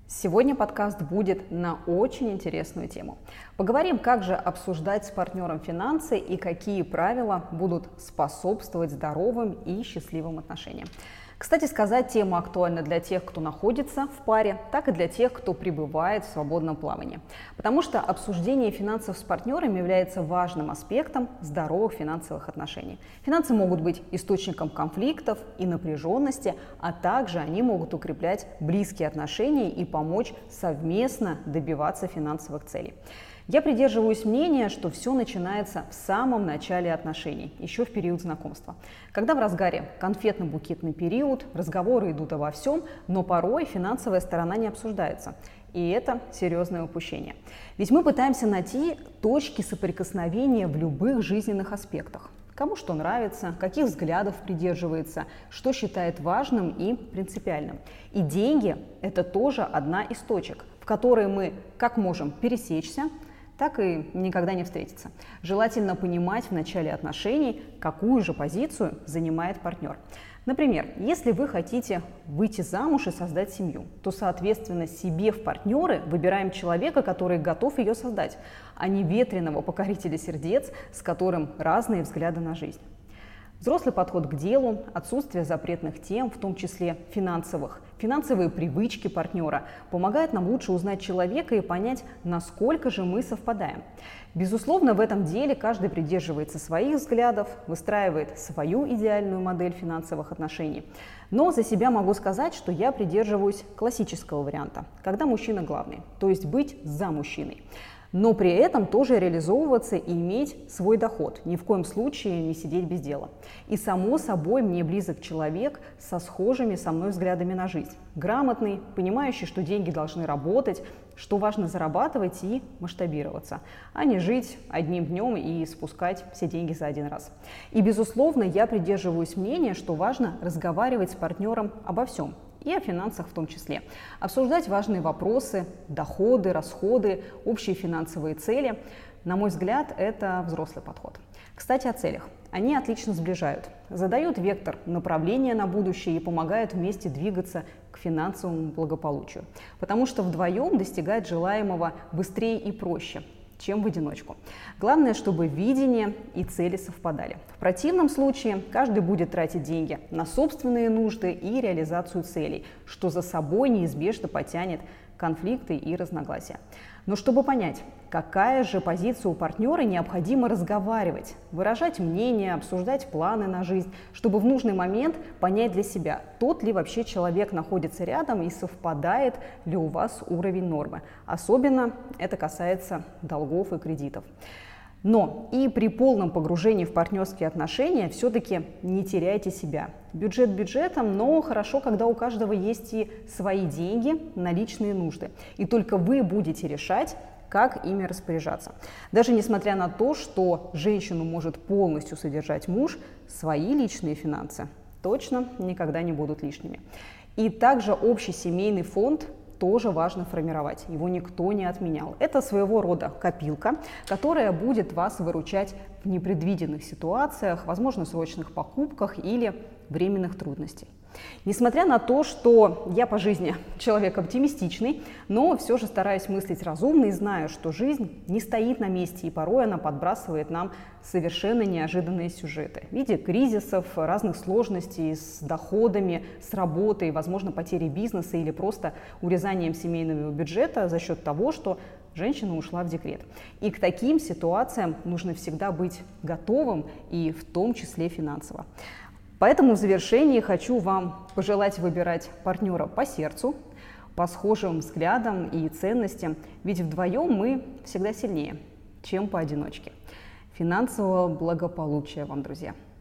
Сегодня подкаст будет на очень интересную тему. Поговорим, как же обсуждать с партнером финансы и какие правила будут способствовать здоровым и счастливым отношениям. Кстати сказать, тема актуальна для тех, кто находится в паре, так и для тех, кто пребывает в свободном плавании. Потому что обсуждение финансов с партнерами является важным аспектом здоровых финансовых отношений. Финансы могут быть источником конфликтов и напряженности, а также они могут укреплять близкие отношения и помочь совместно добиваться финансовых целей. Я придерживаюсь мнения, что все начинается в самом начале отношений, еще в период знакомства. Когда в разгаре конфетно-букетный период, разговоры идут обо всем, но порой финансовая сторона не обсуждается. И это серьезное упущение. Ведь мы пытаемся найти точки соприкосновения в любых жизненных аспектах. Кому что нравится, каких взглядов придерживается, что считает важным и принципиальным. И деньги – это тоже одна из точек, в которой мы как можем пересечься, так и никогда не встретиться. Желательно понимать в начале отношений, какую же позицию занимает партнер. Например, если вы хотите выйти замуж и создать семью, то, соответственно, себе в партнеры выбираем человека, который готов ее создать, а не ветреного покорителя сердец, с которым разные взгляды на жизнь. Взрослый подход к делу, отсутствие запретных тем, в том числе финансовых, финансовые привычки партнера помогают нам лучше узнать человека и понять, насколько же мы совпадаем. Безусловно, в этом деле каждый придерживается своих взглядов, выстраивает свою идеальную модель финансовых отношений. Но за себя могу сказать, что я придерживаюсь классического варианта, когда мужчина главный, то есть быть за мужчиной. Но при этом тоже реализовываться и иметь свой доход, ни в коем случае не сидеть без дела. И само собой мне близок человек со схожими со мной взглядами на жизнь. Грамотный, понимающий, что деньги должны работать, что важно зарабатывать и масштабироваться, а не жить одним днем и спускать все деньги за один раз. И, безусловно, я придерживаюсь мнения, что важно разговаривать с партнером обо всем. И о финансах в том числе. Обсуждать важные вопросы, доходы, расходы, общие финансовые цели. На мой взгляд, это взрослый подход. Кстати, о целях. Они отлично сближают, задают вектор направления на будущее и помогают вместе двигаться к финансовому благополучию. Потому что вдвоем достигать желаемого быстрее и проще, чем в одиночку. Главное, чтобы видение и цели совпадали. В противном случае каждый будет тратить деньги на собственные нужды и реализацию целей, что за собой неизбежно потянет конфликты и разногласия. Но чтобы понять, какая же позиция у партнера, необходимо разговаривать, выражать мнение, обсуждать планы на жизнь, чтобы в нужный момент понять для себя, тот ли вообще человек находится рядом и совпадает ли у вас уровень нормы. Особенно это касается долгов и кредитов. Но и при полном погружении в партнерские отношения все-таки не теряйте себя. Бюджет бюджетом, но хорошо, когда у каждого есть и свои деньги на личные нужды. И только вы будете решать, как ими распоряжаться. Даже несмотря на то, что женщину может полностью содержать муж, свои личные финансы точно никогда не будут лишними. И также общий семейный фонд тоже важно формировать, его никто не отменял. Это своего рода копилка, которая будет вас выручать в непредвиденных ситуациях, возможно, срочных покупках или временных трудностей. Несмотря на то, что я по жизни человек оптимистичный, но все же стараюсь мыслить разумно и знаю, что жизнь не стоит на месте, и порой она подбрасывает нам совершенно неожиданные сюжеты в виде кризисов, разных сложностей с доходами, с работой, возможно, потери бизнеса или просто урезанием семейного бюджета за счет того, что женщина ушла в декрет. И к таким ситуациям нужно всегда быть готовым, и в том числе финансово. Поэтому в завершении хочу вам пожелать выбирать партнера по сердцу, по схожим взглядам и ценностям, ведь вдвоем мы всегда сильнее, чем поодиночке. Финансового благополучия вам, друзья!